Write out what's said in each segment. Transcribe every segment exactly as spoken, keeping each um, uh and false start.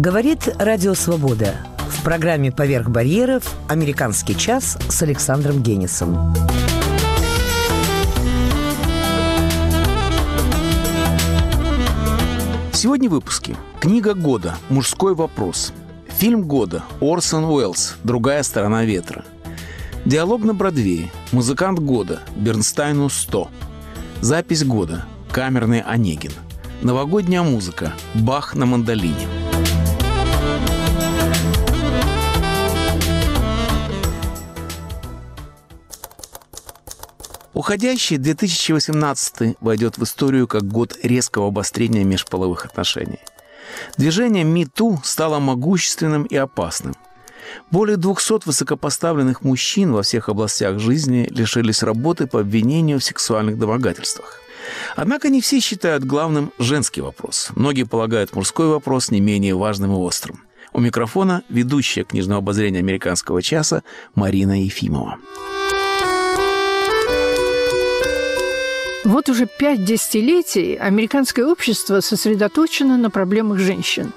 Говорит Радио Свобода. В программе «Поверх барьеров» «Американский час» с Александром Генисом. Сегодня в выпуске. Книга года «Мужской вопрос». Фильм года Орсон Уэллс «Другая сторона ветра». Диалог на Бродвее. Музыкант года Бернстайну сто. Запись года Камерный Онегин. Новогодняя музыка Бах на мандолине. Уходящий две тысячи восемнадцатый войдет в историю как год резкого обострения межполовых отношений. Движение ми ту стало могущественным и опасным. Более двухсот высокопоставленных мужчин во всех областях жизни лишились работы по обвинению в сексуальных домогательствах. Однако не все считают главным женский вопрос. Многие полагают мужской вопрос не менее важным и острым. У микрофона ведущая книжного обозрения «Американского часа» Марина Ефимова. Вот уже пять десятилетий американское общество сосредоточено на проблемах женщин.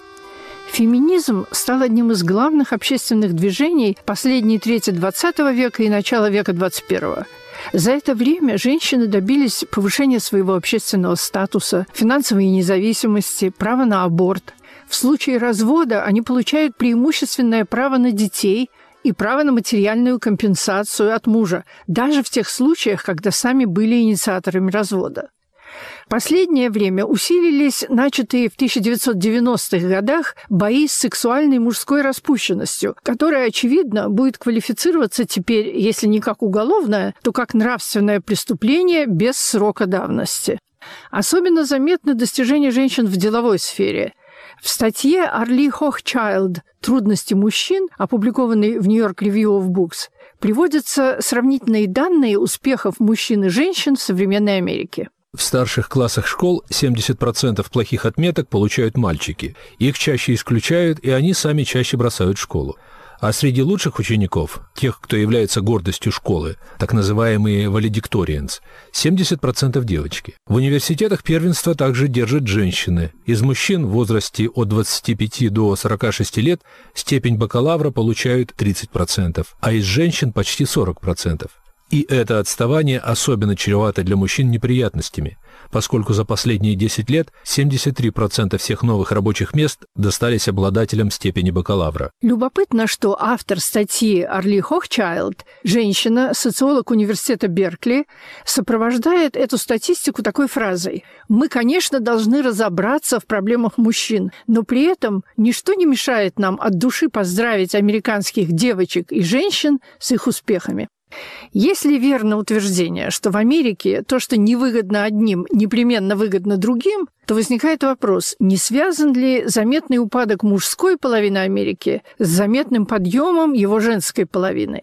Феминизм стал одним из главных общественных движений последней трети двадцатого века и начала века двадцать первого. За это время женщины добились повышения своего общественного статуса, финансовой независимости, права на аборт. В случае развода они получают преимущественное право на детей и право на материальную компенсацию от мужа, даже в тех случаях, когда сами были инициаторами развода. В последнее время усилились начатые в тысяча девятьсот девяностых годах бои с сексуальной мужской распущенностью, которая, очевидно, будет квалифицироваться теперь, если не как уголовное, то как нравственное преступление без срока давности. Особенно заметны достижения женщин в деловой сфере. В статье Арли Хохчайлд «Трудности мужчин», опубликованной в New York Review of Books, приводятся сравнительные данные успехов мужчин и женщин в современной Америке. В старших классах школ семьдесят процентов плохих отметок получают мальчики. Их чаще исключают, и они сами чаще бросают школу. А среди лучших учеников, тех, кто является гордостью школы, так называемые valedictorians, семьдесят процентов девочки. В университетах первенство также держат женщины. Из мужчин в возрасте от двадцати пяти до сорока шести лет степень бакалавра получают тридцать процентов, а из женщин почти сорок процентов. И это отставание особенно чревато для мужчин неприятностями, поскольку за последние десять лет семьдесят три процента всех новых рабочих мест достались обладателям степени бакалавра. Любопытно, что автор статьи Арли Хохчайлд, женщина, социолог университета Беркли, сопровождает эту статистику такой фразой: «Мы, конечно, должны разобраться в проблемах мужчин, но при этом ничто не мешает нам от души поздравить американских девочек и женщин с их успехами». Если верно утверждение, что в Америке то, что невыгодно одним, непременно выгодно другим, то возникает вопрос, не связан ли заметный упадок мужской половины Америки с заметным подъемом его женской половины?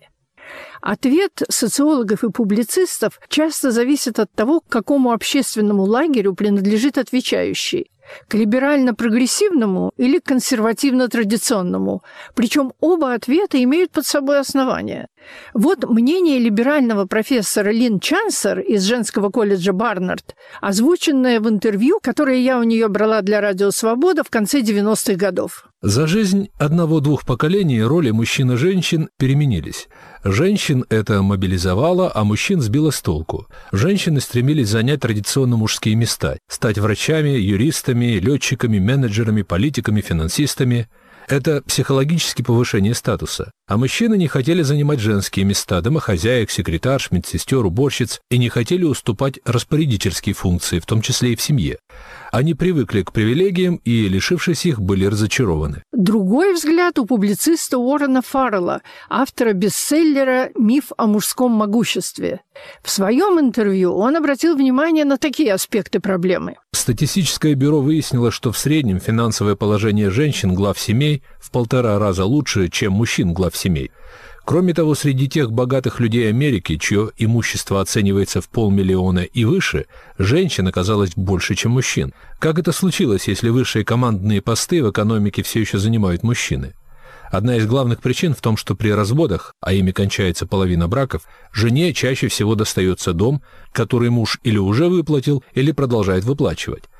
Ответ социологов и публицистов часто зависит от того, к какому общественному лагерю принадлежит отвечающий. К либерально-прогрессивному или к консервативно-традиционному. Причем оба ответа имеют под собой основания. Вот мнение либерального профессора Лин Чансер из женского колледжа Барнард, озвученное в интервью, которое я у нее брала для Радио Свобода в конце девяностых годов. За жизнь одного-двух поколений роли мужчин и женщин переменились. Женщин это мобилизовало, а мужчин сбило с толку. Женщины стремились занять традиционно мужские места, стать врачами, юристами, летчиками, менеджерами, политиками, финансистами. Это психологически повышение статуса. А мужчины не хотели занимать женские места, домохозяек, секретарш, медсестер, уборщиц, и не хотели уступать распорядительские функции, в том числе и в семье. Они привыкли к привилегиям и, лишившись их, были разочарованы. Другой взгляд у публициста Уоррена Фаррелла, автора бестселлера «Миф о мужском могуществе». В своем интервью он обратил внимание на такие аспекты проблемы. Статистическое бюро выяснило, что в среднем финансовое положение женщин, глав семей, в полтора раза лучше, чем мужчин, глав семей. Кроме того, среди тех богатых людей Америки, чье имущество оценивается в полмиллиона и выше, женщин оказалось больше, чем мужчин. Как это случилось, если высшие командные посты в экономике все еще занимают мужчины? Одна из главных причин в том, что при разводах, а ими кончается половина браков, жене чаще всего достается дом, который муж или уже выплатил, или продолжает выплачивать.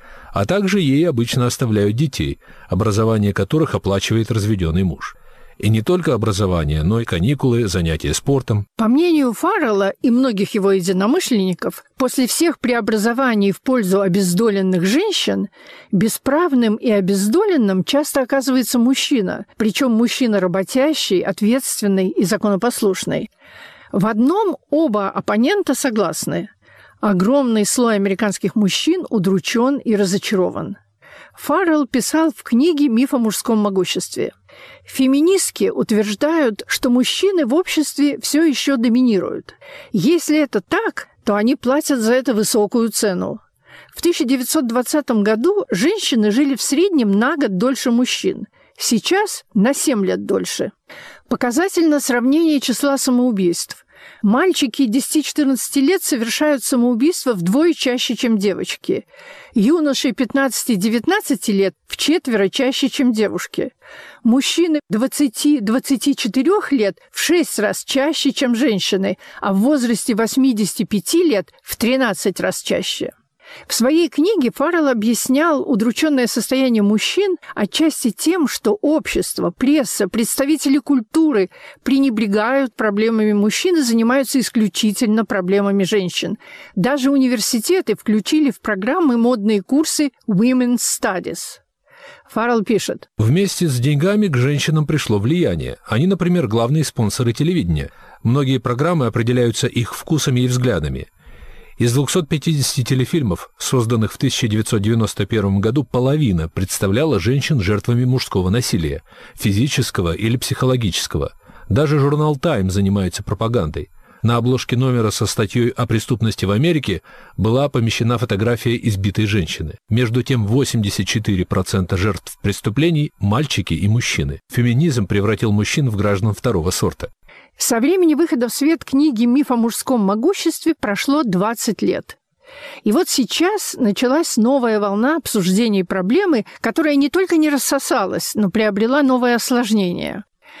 А также ей обычно оставляют детей, образование которых оплачивает разведенный муж. И не только образование, но и каникулы, занятия спортом. По мнению Фаррелла и многих его единомышленников, после всех преобразований в пользу обездоленных женщин, бесправным и обездоленным часто оказывается мужчина, причем мужчина работящий, ответственный и законопослушный. В одном оба оппонента согласны. Огромный слой американских мужчин удручен и разочарован. Фаррелл писал в книге «Миф о мужском могуществе». Феминистки утверждают, что мужчины в обществе все еще доминируют. Если это так, то они платят за это высокую цену. В тысяча девятьсот двадцатом году женщины жили в среднем на год дольше мужчин. Сейчас на семь лет дольше. Показательно сравнение числа самоубийств. Мальчики десяти-четырнадцати лет совершают самоубийство вдвое чаще, чем девочки. Юноши пятнадцати-девятнадцати лет вчетверо чаще, чем девушки. Мужчины двадцати-двадцати четырёх лет в шесть раз чаще, чем женщины, а в возрасте восьмидесяти пяти лет в тринадцать раз чаще. В своей книге Фаррелл объяснял удрученное состояние мужчин отчасти тем, что общество, пресса, представители культуры пренебрегают проблемами мужчин и занимаются исключительно проблемами женщин. Даже университеты включили в программы модные курсы Women's Studies. Фаррелл пишет: «Вместе с деньгами к женщинам пришло влияние. Они, например, главные спонсоры телевидения. Многие программы определяются их вкусами и взглядами. Из двухсот пятидесяти телефильмов, созданных в тысяча девятьсот девяносто первом году, половина представляла женщин жертвами мужского насилия, физического или психологического. Даже журнал «Тайм» занимается пропагандой. На обложке номера со статьей о преступности в Америке была помещена фотография избитой женщины. Между тем, восемьдесят четыре процента жертв преступлений – мальчики и мужчины. Феминизм превратил мужчин в граждан второго сорта». Со времени выхода в свет книги «Миф о мужском могуществе» прошло двадцать лет. И вот сейчас началась новая волна обсуждений проблемы, которая не только не рассосалась, но приобрела новое осложнение.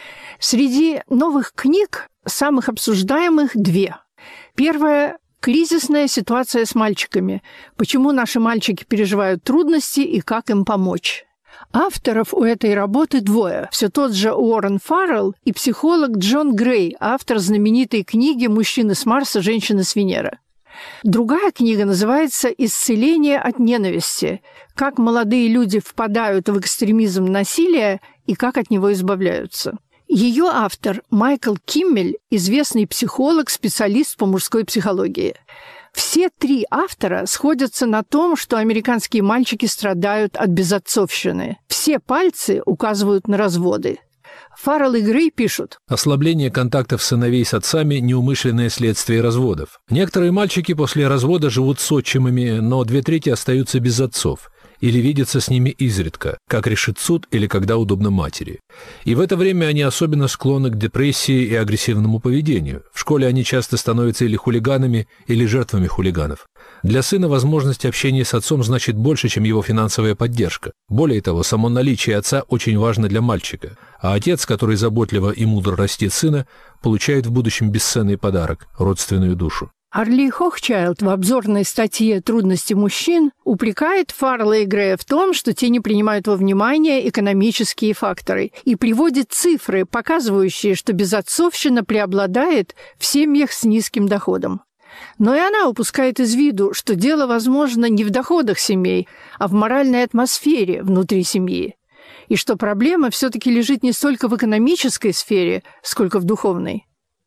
Среди новых книг самых обсуждаемых две. Первая – кризисная ситуация с мальчиками. Почему наши мальчики переживают трудности и как им помочь. Авторов у этой работы двое. Все тот же Уоррен Фаррелл и психолог Джон Грей, автор знаменитой книги «Мужчины с Марса, женщины с Венеры». Другая книга называется «Исцеление от ненависти. Как молодые люди впадают в экстремизм насилия и как от него избавляются». Ее автор Майкл Киммель, известный психолог, специалист по мужской психологии. Все три автора сходятся на том, что американские мальчики страдают от безотцовщины. Все пальцы указывают на разводы. Фаррелл и Грей пишут: «Ослабление контактов сыновей с отцами – неумышленное следствие разводов. Некоторые мальчики после развода живут с отчимами, но две трети остаются без отцов или видятся с ними изредка, как решит суд или когда удобно матери. И в это время они особенно склонны к депрессии и агрессивному поведению. В школе они часто становятся или хулиганами, или жертвами хулиганов. Для сына возможность общения с отцом значит больше, чем его финансовая поддержка. Более того, само наличие отца очень важно для мальчика. А отец, который заботливо и мудро растит сына, получает в будущем бесценный подарок – родственную душу». Арли Хохчайлд в обзорной статье «Трудности мужчин» упрекает Фаррелла и Грея в том, что те не принимают во внимание экономические факторы и приводит цифры, показывающие, что безотцовщина преобладает в семьях с низким доходом. Но и она упускает из виду, что дело, возможно, не в доходах семей, а в моральной атмосфере внутри семьи, и что проблема все-таки лежит не столько в экономической сфере, сколько в духовной.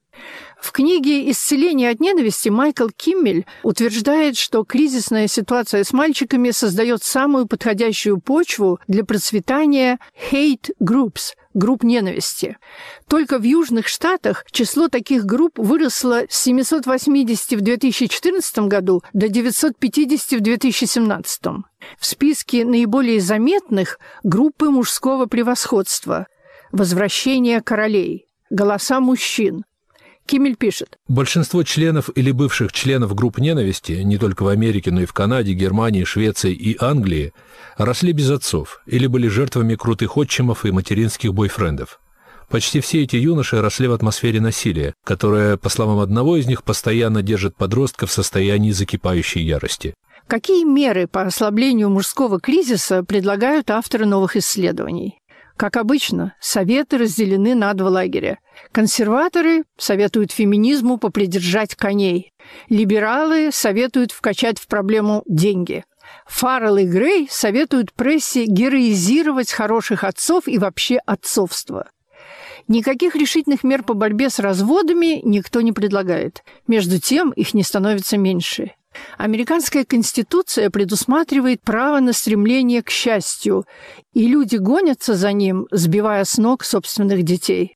В книге «Исцеление от ненависти» Майкл Киммель утверждает, что кризисная ситуация с мальчиками создает самую подходящую почву для процветания hate groups – групп ненависти. Только в Южных Штатах число таких групп выросло с семисот восьмидесяти в две тысячи четырнадцатом году до девятисот пятидесяти в две тысячи семнадцатом. В списке наиболее заметных – группы мужского превосходства, возвращение королей, голоса мужчин. Киммель пишет: «Большинство членов или бывших членов групп ненависти, не только в Америке, но и в Канаде, Германии, Швеции и Англии, росли без отцов или были жертвами крутых отчимов и материнских бойфрендов. Почти все эти юноши росли в атмосфере насилия, которое, по словам одного из них, постоянно держит подростка в состоянии закипающей ярости». Какие меры по ослаблению мужского кризиса предлагают авторы новых исследований? Как обычно, советы разделены на два лагеря. Консерваторы советуют феминизму попридержать коней. Либералы советуют вкачать в проблему деньги. Фаррелл и Грей советуют прессе героизировать хороших отцов и вообще отцовство. Никаких решительных мер по борьбе с разводами никто не предлагает. Между тем, их не становится меньше. Американская конституция предусматривает право на стремление к счастью, и люди гонятся за ним, сбивая с ног собственных детей.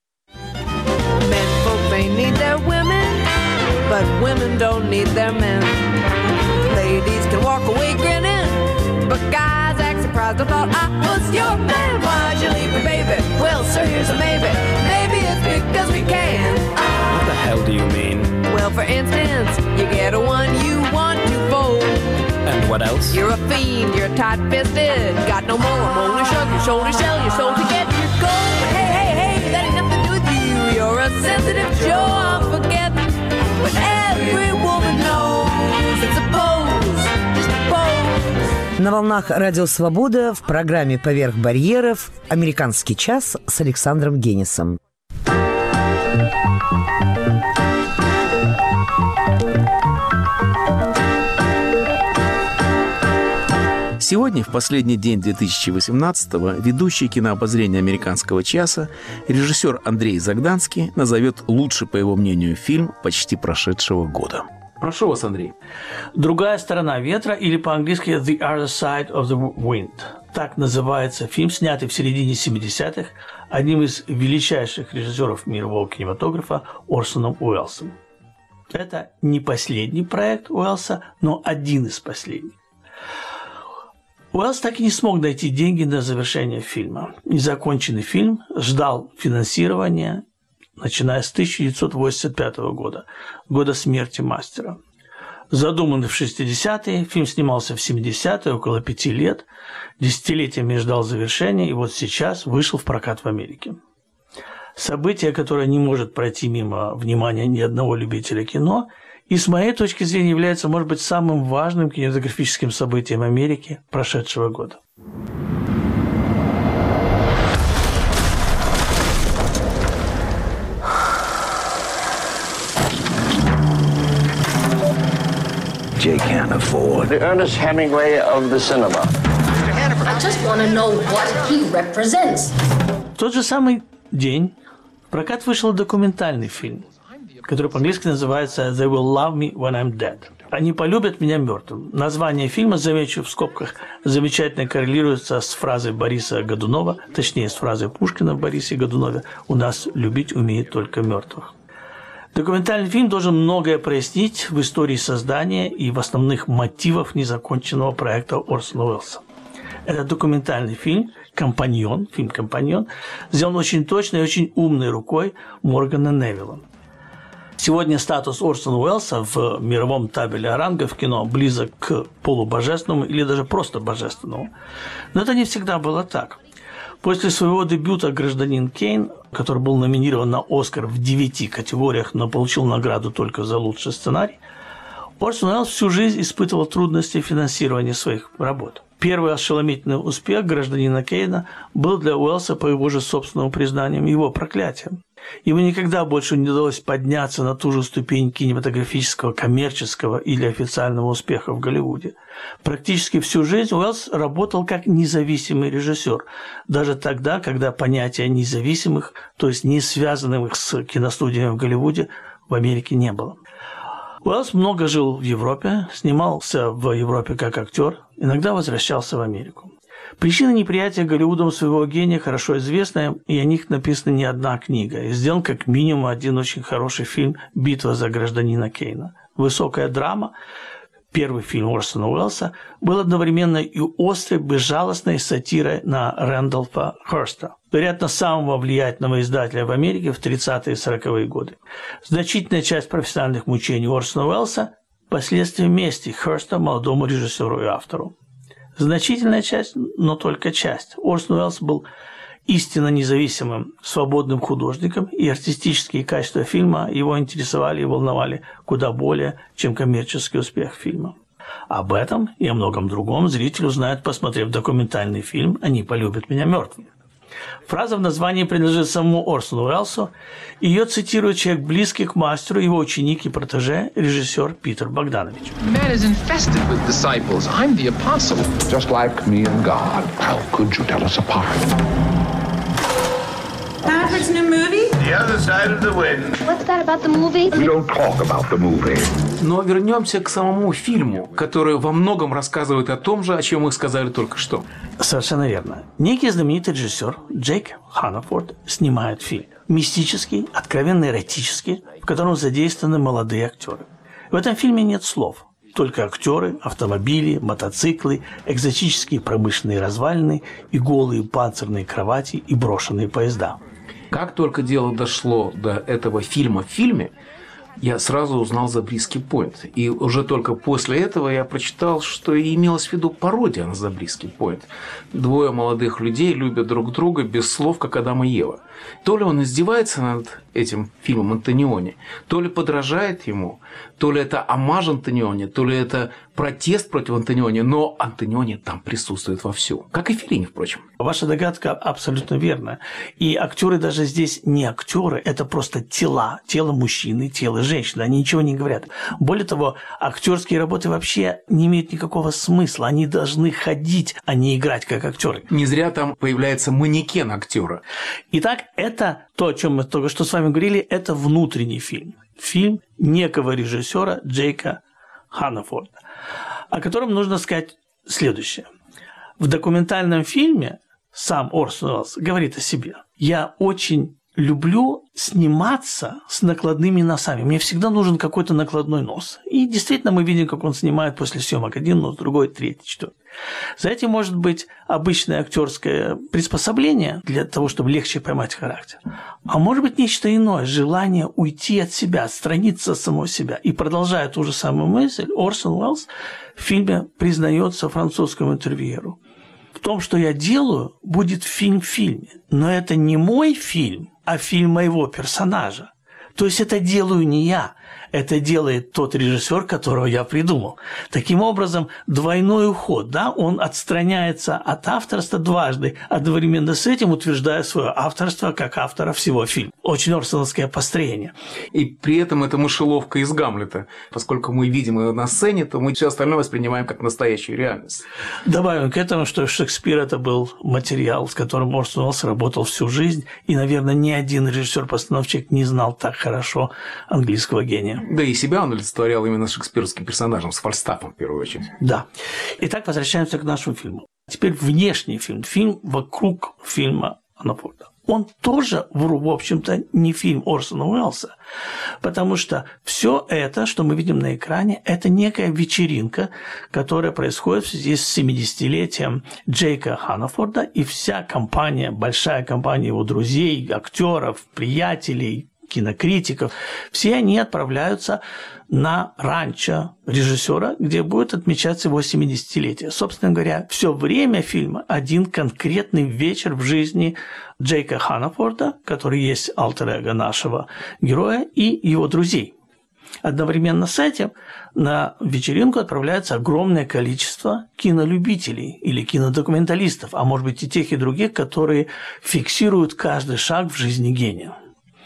Well, for instance, you get a one you want to fold. And what else? You're a fiend, you're tight-fisted, got no more, only shrug your shoulders, sell your soul to get your goal. But hey, hey, hey, that ain't nothing to do with you. You're a sensitive Joe, I'm forgetting. But every woman knows it's a pose, just a pose. На волнах Радио Свобода в программе «Поверх барьеров» «Американский час» с Александром Генисом. Сегодня, в последний день две тысячи восемнадцатого, ведущий кинообозрения «Американского часа» режиссер Андрей Загданский назовет лучший, по его мнению, фильм почти прошедшего года. Прошу вас, Андрей. «Другая сторона ветра» или по-английски «The Other Side of the Wind». Так называется фильм, снятый в середине семидесятых одним из величайших режиссеров мирового кинематографа Орсоном Уэллсом. Это не последний проект Уэллса, но один из последних. Уэллс так и не смог найти деньги на завершение фильма. Незаконченный фильм ждал финансирования, начиная с тысяча девятьсот восемьдесят пятого года, года смерти мастера. Задуманный в шестидесятые, фильм снимался в семидесятые, около пяти лет, десятилетиями ждал завершения, и вот сейчас вышел в прокат в Америке. Событие, которое не может пройти мимо внимания ни одного любителя кино, и с моей точки зрения является, может быть, самым важным кинематографическим событием Америки прошедшего года. Jay can't afford. The Ernest Hemingway of the cinema. I just want to know what he represents. В тот же самый день в прокат вышел документальный фильм, который по-английски называется «They will love me when I'm dead». «Они полюбят меня мертвым». Название фильма, замечу в скобках, замечательно коррелируется с фразой Бориса Годунова, точнее, с фразой Пушкина в Борисе Годунове «У нас любить умеет только мертвых». Документальный фильм должен многое прояснить в истории создания и в основных мотивах незаконченного проекта Орсона Уэллса. Это документальный фильм «Компаньон», фильм «Компаньон», сделан очень точной и очень умной рукой Моргана Невилла. Сегодня статус Орсона Уэллса в мировом табеле о рангах в кино близок к полубожественному или даже просто божественному. Но это не всегда было так. После своего дебюта «Гражданин Кейн», который был номинирован на «Оскар» в девяти категориях, но получил награду только за лучший сценарий, Орсон Уэллс всю жизнь испытывал трудности финансирования своих работ. Первый ошеломительный успех «Гражданина Кейна» был для Уэллса, по его же собственному признанию, его проклятием. Ему никогда больше не удалось подняться на ту же ступень кинематографического, коммерческого или официального успеха в Голливуде. Практически всю жизнь Уэллс работал как независимый режиссер, даже тогда, когда понятия независимых, то есть не связанных с киностудиями в Голливуде, в Америке не было. Уэллс много жил в Европе, снимался в Европе как актер, иногда возвращался в Америку. Причина неприятия Голливудом своего гения хорошо известна, и о них написана не одна книга. И сделан как минимум один очень хороший фильм «Битва за гражданина Кейна». Высокая драма, первый фильм Орсона Уэллса, был одновременно и острой, безжалостной сатирой на Рэндольфа Херста, вероятно, самого влиятельного издателя в Америке в тридцатые и сороковые годы. Значительная часть профессиональных мучений Орсона Уэллса – последствия мести Херста молодому режиссеру и автору. Значительная часть, но только часть. Орсон Уэллс был истинно независимым, свободным художником, и артистические качества фильма его интересовали и волновали куда более, чем коммерческий успех фильма. Об этом и о многом другом зритель узнает, посмотрев документальный фильм «Они полюбят меня мертвым». Фраза в названии принадлежит самому Орсону Уэллсу. Ее цитирует человек, близкий к мастеру, его ученик и протеже, режиссер Питер Богданович. Man is infested with disciples. I'm the apostle. Just like me and God. How could you tell us apart? Alfred's new movie? The other side of the wind. What's that about the movie? We don't talk about the movie. Но вернемся к самому фильму, который во многом рассказывает о том же, о чем мы сказали только что. Совершенно верно. Некий знаменитый режиссер Джейк Ханафорд снимает фильм. Мистический, откровенно эротический, в котором задействованы молодые актеры. В этом фильме нет слов. Только актеры, автомобили, мотоциклы, экзотические промышленные развалины и голые панцирные кровати и брошенные поезда. Как только дело дошло до этого фильма в фильме, я сразу узнал Забриски Пойнт. И уже только после этого я прочитал, что и имелось в виду пародия на Забриски Пойнт. Двое молодых людей любят друг друга без слов, как Адам и Ева. То ли он издевается над этим фильмом Антониони, то ли подражает ему, то ли это оммаж Антониони, то ли это протест против Антониони, но Антониони там присутствует вовсю. Как и Феллини, впрочем. Ваша догадка абсолютно верна. И актеры даже здесь не актеры, это просто тела. Тело мужчины, тело женщины. Они ничего не говорят. Более того, актерские работы вообще не имеют никакого смысла. Они должны ходить, а не играть как актеры. Не зря там появляется манекен актера. Итак, это то, о чем мы только что с вами говорили, это внутренний фильм. Фильм некого режиссера Джейка Ханафорда, о котором нужно сказать следующее. В документальном фильме сам Орсон Уэллс говорит о себе. «Я очень люблю сниматься с накладными носами. Мне всегда нужен какой-то накладной нос». И действительно мы видим, как он снимает после съемок один нос, другой, третий, четвертый. За этим может быть обычное актерское приспособление для того, чтобы легче поймать характер. А может быть нечто иное, желание уйти от себя, отстраниться от самого себя. И продолжая ту же самую мысль, Орсон Уэллс в фильме признается французскому интервьюеру. В том, что я делаю, будет фильм в фильме. Но это не мой фильм, а фильм моего персонажа. То есть это делаю не я, это делает тот режиссер, которого я придумал. Таким образом, двойной уход, да, он отстраняется от авторства дважды, одновременно с этим утверждая свое авторство как автора всего фильма. Очень орсоновское построение. И при этом это мышеловка из Гамлета. Поскольку мы видим его на сцене, то мы все остальное воспринимаем как настоящую реальность. Добавим к этому, что Шекспир – это был материал, с которым Орсон Уэллс работал всю жизнь, и, наверное, ни один режиссер-постановщик не знал так хорошо английского гения. Да и себя он олицетворял именно шекспировским персонажем, с Фальстафом в первую очередь. Да. Итак, возвращаемся к нашему фильму. Теперь внешний фильм, фильм вокруг фильма Ханафорда. Он тоже, в общем-то, не фильм Орсона Уэллса, потому что все это, что мы видим на экране, это некая вечеринка, которая происходит в связи с семидесятилетием Джейка Ханафорда, и вся компания, большая компания его друзей, актеров, приятелей, кинокритиков, все они отправляются на ранчо режиссера, где будет отмечаться его семидесятилетие. Собственно говоря, все время фильма один конкретный вечер в жизни Джейка Ханафорда, который есть альтер-эго нашего героя, и его друзей. Одновременно с этим на вечеринку отправляется огромное количество кинолюбителей или кинодокументалистов, а может быть и тех, и других, которые фиксируют каждый шаг в жизни гения.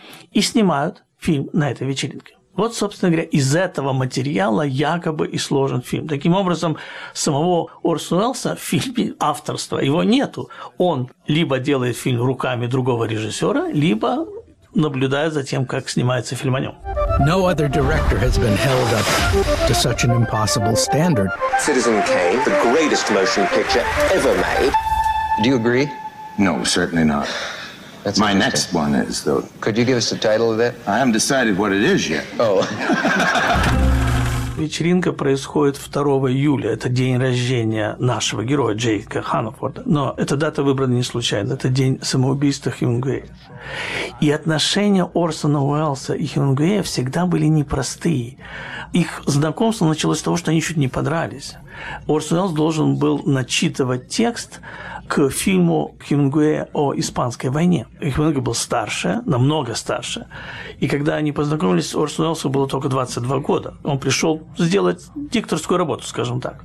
И снимают фильм на этой вечеринке. Вот, собственно говоря, из этого материала якобы и сложен фильм. Таким образом, самого Орсона Уэллса в фильме авторства его нету. Он либо делает фильм руками другого режиссера, либо наблюдает за тем, как снимается фильм о нем. No other director has been held up to such an impossible standard. Citizen Kane, the greatest motion picture ever made. Do you agree? No, certainly not. That's My next one is, though. Could you give us the title of that? I haven't decided what it is yet. Oh. Вечеринка происходит второго июля. Это день рождения нашего героя Джейка Ханафорда. Но эта дата выбрана не случайно. Это день самоубийства Хемингуэя. И отношения Орсона Уэллса и Хемингуэя всегда были непростые. Их знакомство началось с того, что они чуть не подрались. Орсон Уэллс должен был начитывать текст к фильму Хемингуэя о Испанской войне. Хемингуэй был старше, намного старше. И когда они познакомились, Орсону Уэллсу было только двадцать два года. Он пришел сделать дикторскую работу, скажем так.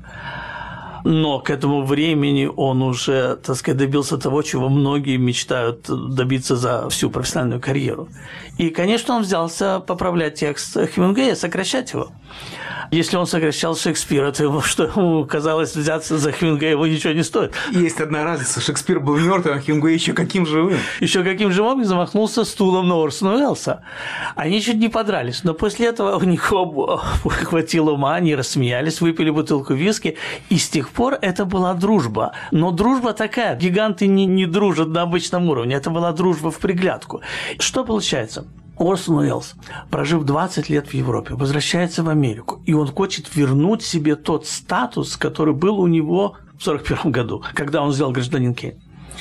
Но к этому времени он уже, так сказать, добился того, чего многие мечтают добиться за всю профессиональную карьеру. И, конечно, он взялся поправлять текст Хемингуэя, сокращать его. Если он сокращал Шекспира, то ему, что ему казалось, взяться за Хемингуэя его ничего не стоит. Есть одна разница. Шекспир был мертвым, а Хемингуэй еще каким живым. Еще каким живым и замахнулся стулом на Орсона Уэллса. Они чуть не подрались, но после этого у них хватило ума, они рассмеялись, выпили бутылку виски, и с тех пор это была дружба. Но дружба такая, гиганты не, не дружат на обычном уровне, это была дружба в приглядку. Что получается? Орсон Уэллс, прожив двадцать лет в Европе, возвращается в Америку, и он хочет вернуть себе тот статус, который был у него в сорок первом году, когда он сделал «Гражданин Кейн».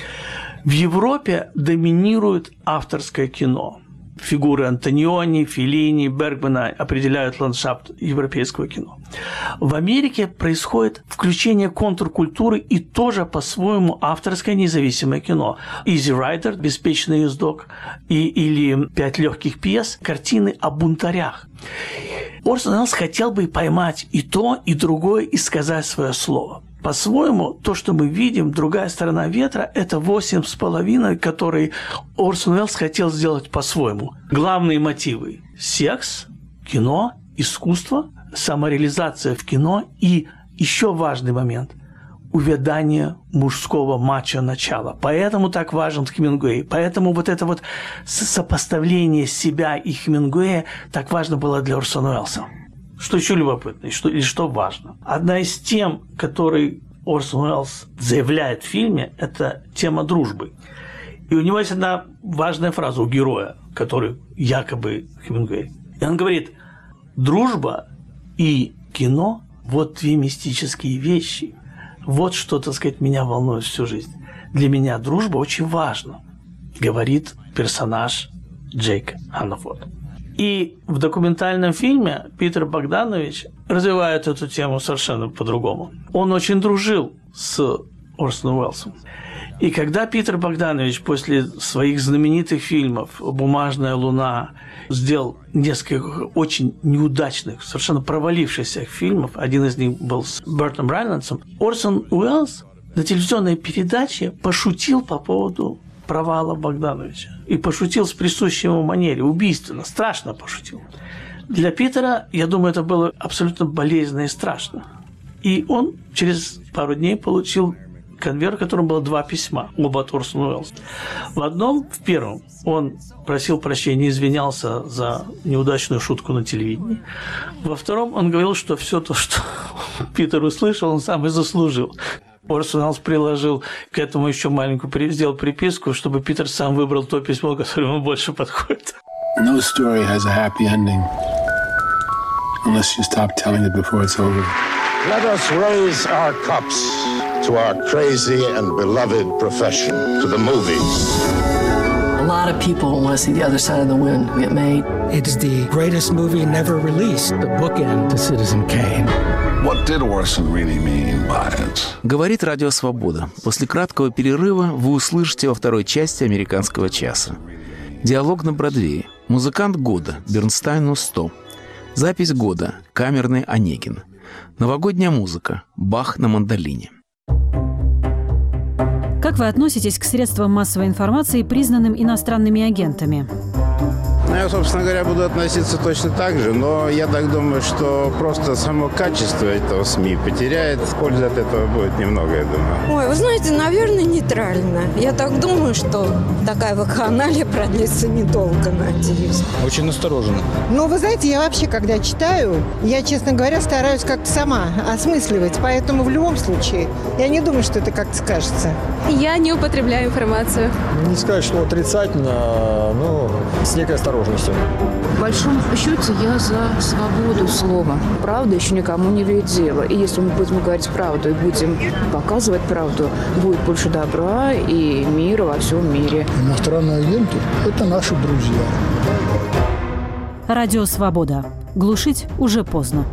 В Европе доминирует авторское кино. Фигуры Антониони, Феллини, Бергмана определяют ландшафт европейского кино. В Америке происходит включение контркультуры и тоже по-своему авторское независимое кино. «Easy Rider», «Беспечный ездок» и, или «Пять легких пьес», картины о бунтарях. Орсон Уэллс хотел бы поймать и то, и другое и сказать свое слово. По-своему, то, что мы видим, другая сторона ветра, это восемь с половиной, которые Орсон Уэллс хотел сделать по-своему. Главные мотивы – секс, кино, искусство, самореализация в кино и еще важный момент – увядание мужского мачо-начала. Поэтому так важен Хемингуэй. Поэтому вот это вот сопоставление себя и Хемингуэя так важно было для Орсона Уэллса. Что еще любопытно, и что, или что важно. Одна из тем, которые Орсон Уэллс заявляет в фильме, это тема дружбы. И у него есть одна важная фраза у героя, который якобы Хемингуэй. И он говорит: дружба и кино – вот две мистические вещи. Вот что, так сказать, меня волнует всю жизнь. Для меня дружба очень важна, говорит персонаж Джейк Ханнафорд. И в документальном фильме Питер Богданович развивает эту тему совершенно по-другому. Он очень дружил с Орсоном Уэллсом. И когда Питер Богданович после своих знаменитых фильмов «Бумажная луна» сделал несколько очень неудачных, совершенно провалившихся фильмов, один из них был с Бертом Рейнольдсом, Орсон Уэллс на телевизионной передаче пошутил по поводу провала Богдановича. И пошутил с присущей ему манере, убийственно, страшно пошутил. Для Питера, я думаю, это было абсолютно болезненно и страшно. И он через пару дней получил конверт, в котором было два письма, оба от Орсона Уэллса. В одном, в первом, он просил прощения, извинялся за неудачную шутку на телевидении. Во втором он говорил, что все то, что Питер услышал, он сам и заслужил. Орсон Уэллс приложил к этому еще маленькую, сделал приписку, чтобы Питер сам выбрал то письмо, которое ему больше подходит. No story has a happy ending unless you stop telling it before it's over. Let us raise our cups to our crazy and beloved profession, to the movies. A lot of people want to see The Other Side of the Wind get made. It's the greatest movie never released, the bookend to Citizen Kane. What did Orson really mean by it? Говорит Радио Свобода. После краткого перерыва вы услышите во второй части «Американского часа». Диалог на Бродвее. Музыкант года Бернстайну сто. Запись года камерный Онегин. Новогодняя музыка Бах на мандолине. Как вы относитесь к средствам массовой информации, признанным иностранными агентами? Ну, я, собственно говоря, буду относиться точно так же, но я так думаю, что просто само качество этого СМИ потеряет. Пользы от этого будет немного, я думаю. Ой, вы знаете, наверное, нейтрально. Я так думаю, что такая вакханалия продлится недолго, надеюсь. Очень настороженно. Ну, вы знаете, я вообще, когда читаю, я, честно говоря, стараюсь как-то сама осмысливать, поэтому в любом случае я не думаю, что это как-то скажется. Я не употребляю информацию. Не сказать, что отрицательно, но с некой осторожностью. В большом счете я за свободу слова. Правда еще никому не вредила. И если мы будем говорить правду и будем показывать правду, будет больше добра и мира во всем мире. Иностранные агенты – это наши друзья. Радио «Свобода». Глушить уже поздно.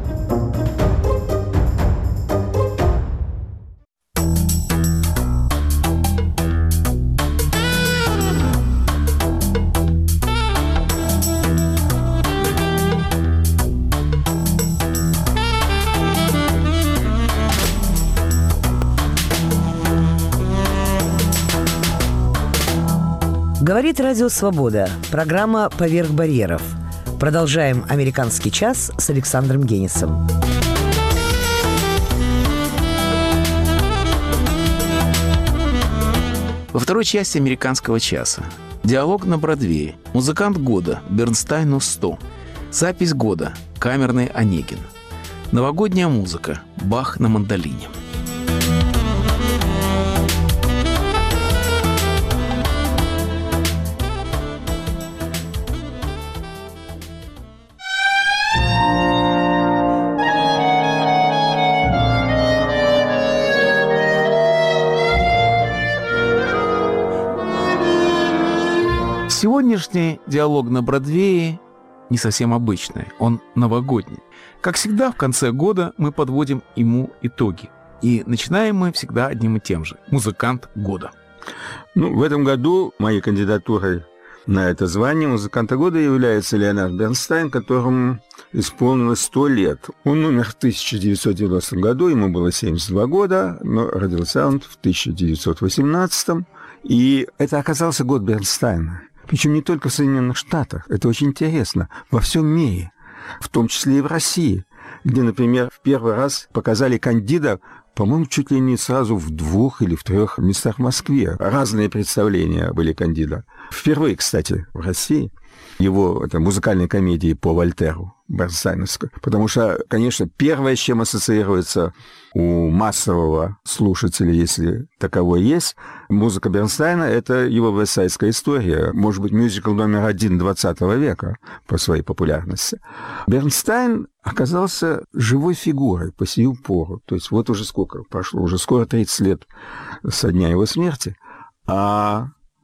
Говорит Радио Свобода. Программа «Поверх барьеров». Продолжаем «Американский час» с Александром Генисом. Во второй части «Американского часа» диалог на Бродвее. Музыкант года Бернстайну сто. Запись года камерный Онегин. Новогодняя музыка Бах на мандолине. Сегодняшний диалог на Бродвее не совсем обычный, он новогодний. Как всегда, в конце года мы подводим ему итоги. И начинаем мы всегда одним и тем же. Музыкант года. Ну, в этом году моей кандидатурой на это звание музыканта года является Леонард Бернстайн, которому исполнилось сто лет. Он умер в тысяча девятьсот девяностом году, ему было семьдесят два года, но родился он в тысяча девятьсот восемнадцатом. И это оказался год Бернстайна. Причем не только в Соединенных Штатах. Это очень интересно. Во всем мире. В том числе и в России. Где, например, в первый раз показали Кандида, по-моему, чуть ли не сразу в двух или в трех местах в Москве. Разные представления были Кандида. Впервые, кстати, в России. Его это, музыкальной комедии по Вольтеру, бернстайновской. Потому что, конечно, первое, с чем ассоциируется у массового слушателя, если таковой есть, музыка Бернстайна — это его «Вестсайдская история», может быть, мюзикл номер один двадцатого века по своей популярности. Бернстайн оказался живой фигурой по сию пору. То есть вот уже сколько прошло, уже скоро тридцать лет со дня его смерти, а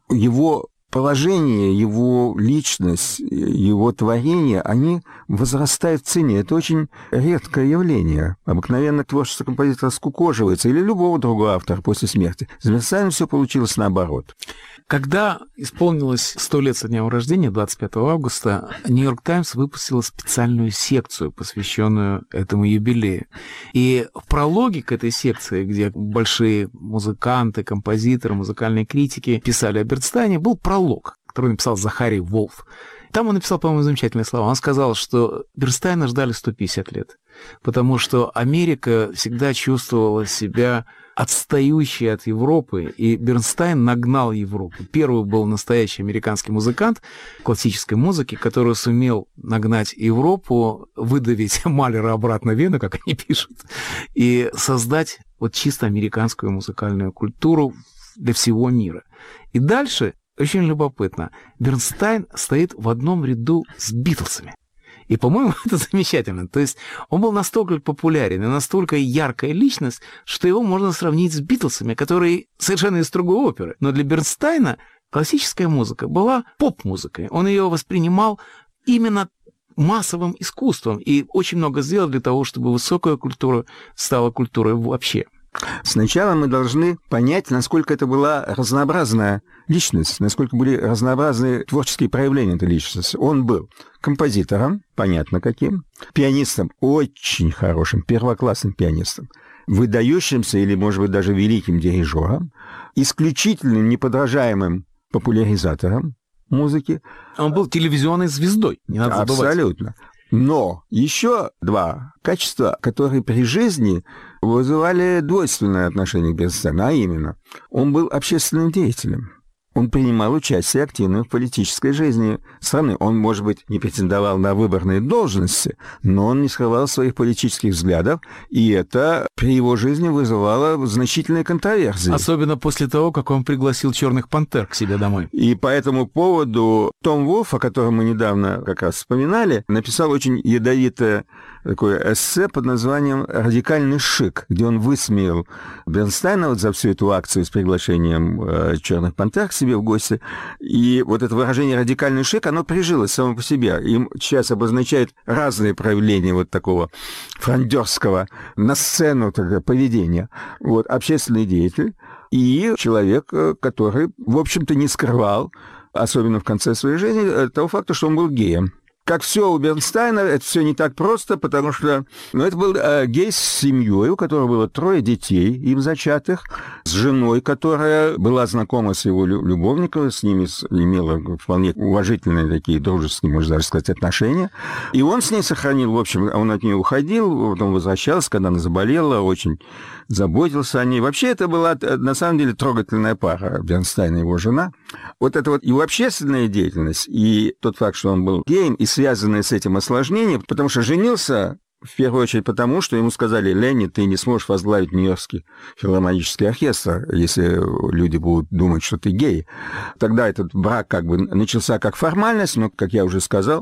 его положение, его личность, его творение, они возрастают в цене. Это очень редкое явление. Обыкновенно творчество композитора скукоживается, или любого другого автора после смерти. С Бернстайном все получилось наоборот. Когда исполнилось сто лет со дня его рождения, двадцать пятого августа, «Нью-Йорк Таймс» выпустила специальную секцию, посвященную этому юбилею. И в прологе к этой секции, где большие музыканты, композиторы, музыкальные критики писали о Бернстайне, был пролог, который написал Захарий Волф. Там он написал, по-моему, замечательные слова. Он сказал, что Бернстайна ждали сто пятьдесят лет, потому что Америка всегда чувствовала себя отстающей от Европы, и Бернстайн нагнал Европу. Первый был настоящий американский музыкант классической музыки, который сумел нагнать Европу, выдавить Малера обратно в Вену, как они пишут, и создать вот чисто американскую музыкальную культуру для всего мира. И дальше, очень любопытно, Бернстайн стоит в одном ряду с Битлзами. И, по-моему, это замечательно. То есть он был настолько популярен и настолько яркая личность, что его можно сравнить с Битлзами, которые совершенно из другой оперы. Но для Бернстайна классическая музыка была поп-музыкой. Он ее воспринимал именно массовым искусством и очень много сделал для того, чтобы высокая культура стала культурой вообще. Сначала мы должны понять, насколько это была разнообразная личность, насколько были разнообразные творческие проявления этой личности. Он был композитором, понятно каким, пианистом, очень хорошим, первоклассным пианистом, выдающимся или, может быть, даже великим дирижером, исключительным, неподражаемым популяризатором музыки. Он был телевизионной звездой, не надо забывать. Абсолютно. Но еще два качества, которые при жизни вызывали двойственное отношение к Бернстайну, а именно, он был общественным деятелем. Он принимал участие активно в политической жизни страны. Он, может быть, не претендовал на выборные должности, но он не скрывал своих политических взглядов, и это при его жизни вызывало значительные контроверсии. Особенно после того, как он пригласил «Черных пантер» к себе домой. И по этому поводу Том Волф, о котором мы недавно как раз вспоминали, написал очень ядовитое такое эссе под названием «Радикальный шик», где он высмеял Бернстайна вот за всю эту акцию с приглашением э, «Черных пантер» к себе в гости. И вот это выражение «радикальный шик», оно прижилось само по себе. Им сейчас обозначает разные проявления вот такого фрондерского на сцену тогда, поведения. Вот, общественный деятель и человек, который, в общем-то, не скрывал, особенно в конце своей жизни, того факта, что он был геем. как все у Бернстайна, это все не так просто, потому что ну, это был э, гей с семьей, у которого было трое детей, им зачатых, с женой, которая была знакома с его любовником, с ними имела вполне уважительные такие дружеские, можно даже сказать, отношения. И он с ней сохранил, в общем, он от нее уходил, потом возвращался, когда она заболела, очень заботился о ней. Вообще это была, на самом деле, трогательная пара, Бернстайн и его жена. Вот это вот его общественная деятельность и тот факт, что он был геем, и связанные с этим осложнения, потому что женился в первую очередь потому, что ему сказали: Ленни, ты не сможешь возглавить Нью-Йоркский филармонический оркестр, если люди будут думать, что ты гей. Тогда этот брак как бы начался как формальность, но, как я уже сказал,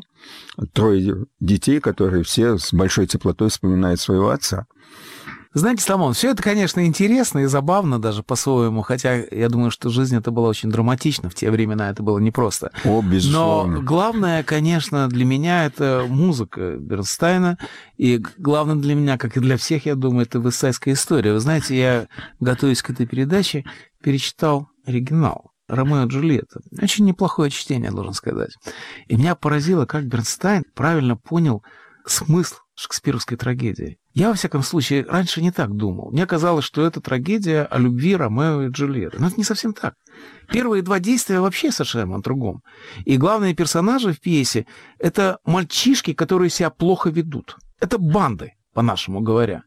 трое детей, которые все с большой теплотой вспоминают своего отца. Знаете, Соломон, все это, конечно, интересно и забавно даже по-своему, хотя я думаю, что жизнь это была очень драматична, в те времена это было непросто. О, безусловно. Но главное, конечно, для меня это музыка Бернстайна, и главное для меня, как и для всех, я думаю, это вестсайдская история. Вы знаете, я, готовясь к этой передаче, перечитал оригинал «Ромео и Джульетта». Очень неплохое чтение, должен сказать. И меня поразило, как Бернстайн правильно понял смысл шекспировской трагедии. Я, во всяком случае, раньше не так думал. Мне казалось, что это трагедия о любви Ромео и Джульетты. Но это не совсем так. Первые два действия вообще совершенно о другом. И главные персонажи в пьесе — это мальчишки, которые себя плохо ведут. Это банды, по-нашему говоря.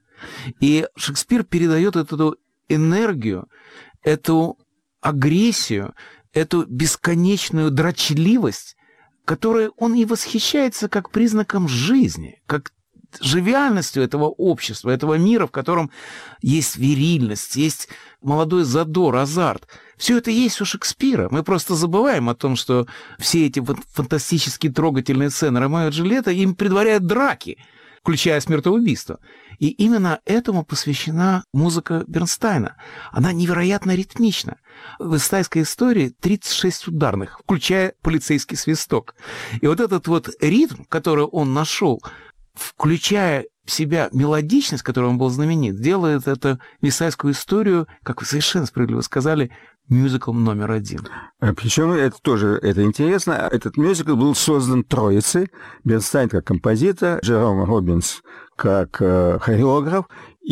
И Шекспир передает эту энергию, эту агрессию, эту бесконечную дрочливость, которой он и восхищается как признаком жизни, как живиальностью этого общества, этого мира, в котором есть вирильность, есть молодой задор, азарт. Все это есть у Шекспира. Мы просто забываем о том, что все эти фантастически трогательные сцены Ромео и Джульетта им предваряют драки, включая смертоубийство. И именно этому посвящена музыка Бернстайна. Она невероятно ритмична. В вестсайдской истории тридцать шесть ударных, включая полицейский свисток. И вот этот вот ритм, который он нашел, включая в себя мелодичность, которой он был знаменит, делает эту вестсайдскую историю, как вы совершенно справедливо сказали, мюзиклом номер один. Причем это тоже это интересно. Этот мюзикл был создан троицей. Бернстайн как композитор, Джером Робинс как э, хореограф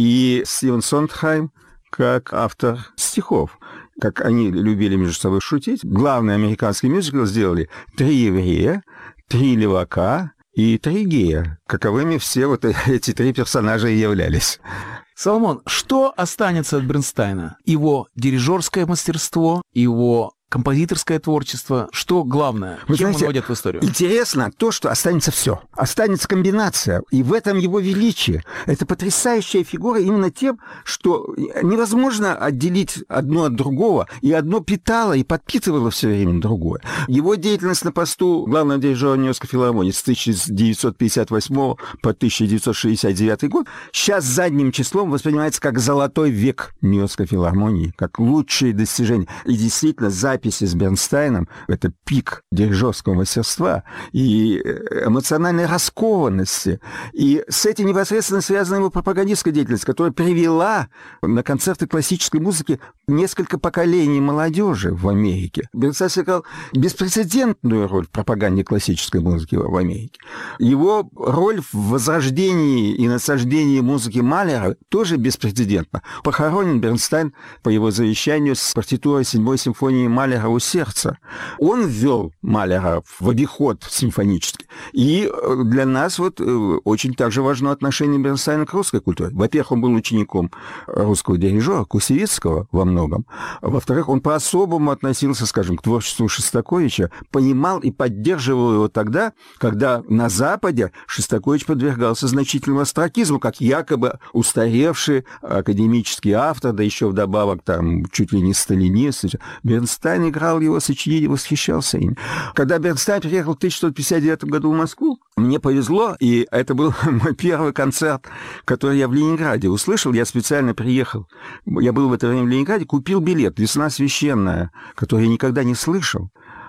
и Стивен Сондхайм как автор стихов. Как они любили между собой шутить, главный американский мюзикл сделали три еврея, три левака и три гея. Каковыми все вот эти три персонажа и являлись. Соломон, что останется от Бернстайна? Его дирижерское мастерство, его композиторское творчество, что главное? Вы Чем знаете, он войдет в историю? Интересно то, что останется все. Останется комбинация. И в этом его величие. Это потрясающая фигура именно тем, что невозможно отделить одно от другого. И одно питало и подпитывало все время другое. Его деятельность на посту главного дирижера Нью-Йоркской филармонии с тысяча девятьсот пятьдесят восьмого по тысяча девятьсот шестьдесят девятый год сейчас задним числом воспринимается как золотой век Нью-Йоркской филармонии, как лучшие достижения. И действительно, запись с Бернстайном — это пик дирижерского мастерства и эмоциональной раскованности. И с этим непосредственно связана его пропагандистская деятельность, которая привела на концерты классической музыки несколько поколений молодежи в Америке. Бернстайн сыграл беспрецедентную роль в пропаганде классической музыки в Америке. Его роль в возрождении и насаждении музыки Малера тоже беспрецедентна. Похоронен Бернстайн по его завещанию с партитурой седьмой симфонии Малера у сердца. Он ввел Малера в обиход симфонический. И для нас вот очень также важно отношение Бернстайна к русской культуре. Во-первых, он был учеником русского дирижера Кусевицкого во многом. Во-вторых, он по-особому относился, скажем, к творчеству Шостаковича, понимал и поддерживал его тогда, когда на Западе Шостакович подвергался значительному остракизму, как якобы устаревший академический автор, да еще вдобавок там чуть ли не сталинист. Бернстайн играл его сочинение, восхищался им. Когда Бернстайн приехал в тысяча девятьсот пятьдесят девятом году в Москву, мне повезло, и это был мой первый концерт, который я в Ленинграде услышал. Я специально приехал. Я был в это время в Ленинграде, купил билет «Весна священная», который я никогда не слышал.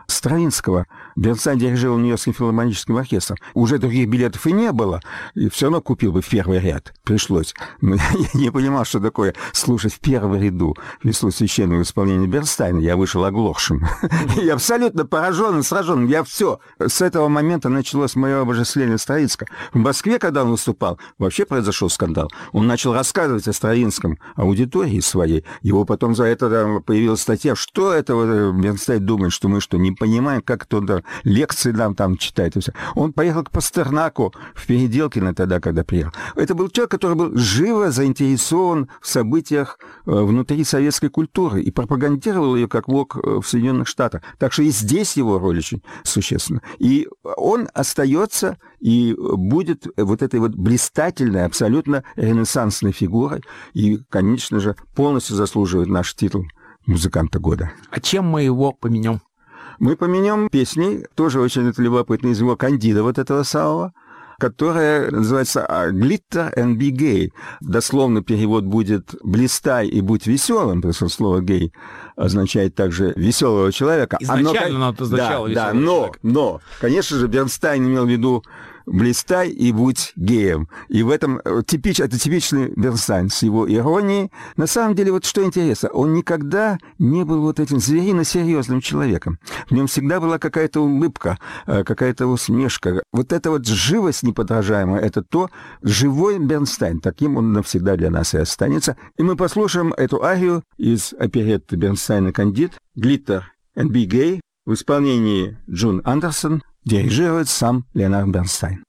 Стравинского. Бернстайн дирижировал Нью-Йоркским филармоническим оркестром. Уже других билетов и не было. И все равно купил бы в первый ряд. Пришлось. Но я не понимал, что такое слушать в первом ряду весло священного исполнения Бернстайна. Я вышел оглохшим. Я абсолютно пораженным, сраженным. Я все. С этого момента началось мое обожествление Стравинского. В Москве, когда он выступал, вообще произошел скандал. Он начал рассказывать о Стравинском аудитории своей. Его потом за это там, появилась статья, что это вот, Бернстайн думает, что мы что, не понимаем, как кто-то лекции нам там читает. И все. Он поехал к Пастернаку в Переделкино тогда, когда приехал. Это был человек, который был живо заинтересован в событиях внутри советской культуры и пропагандировал ее как мог в Соединенных Штатах. Так что и здесь его роль очень существенна. И он остается и будет вот этой вот блистательной, абсолютно ренессансной фигурой и, конечно же, полностью заслуживает наш титул музыканта года. А чем мы его поменем? Мы поменем песней, тоже очень это любопытно, из его «Кандида» вот этого самого, которая называется «Glitter and be gay». Дословно перевод будет «блистай и будь веселым», потому что слово «гей» означает также «веселого человека». Изначально оно означало да, «веселого да, но, человека». Но, конечно же, Бернстайн имел в виду «блистай и будь геем». И в этом типич, это типичный Бернстайн с его иронией. На самом деле, вот что интересно, он никогда не был вот этим зверино-серьезным человеком. В нем всегда была какая-то улыбка, какая-то усмешка. Вот эта вот живость неподражаемая, это то живой Бернстайн. Таким он навсегда для нас и останется. И мы послушаем эту арию из оперетты Бернстайна «Кандид» «Glitter and be gay» в исполнении Джун Андерсон. Дирижирует сам Леонард Бернстайн.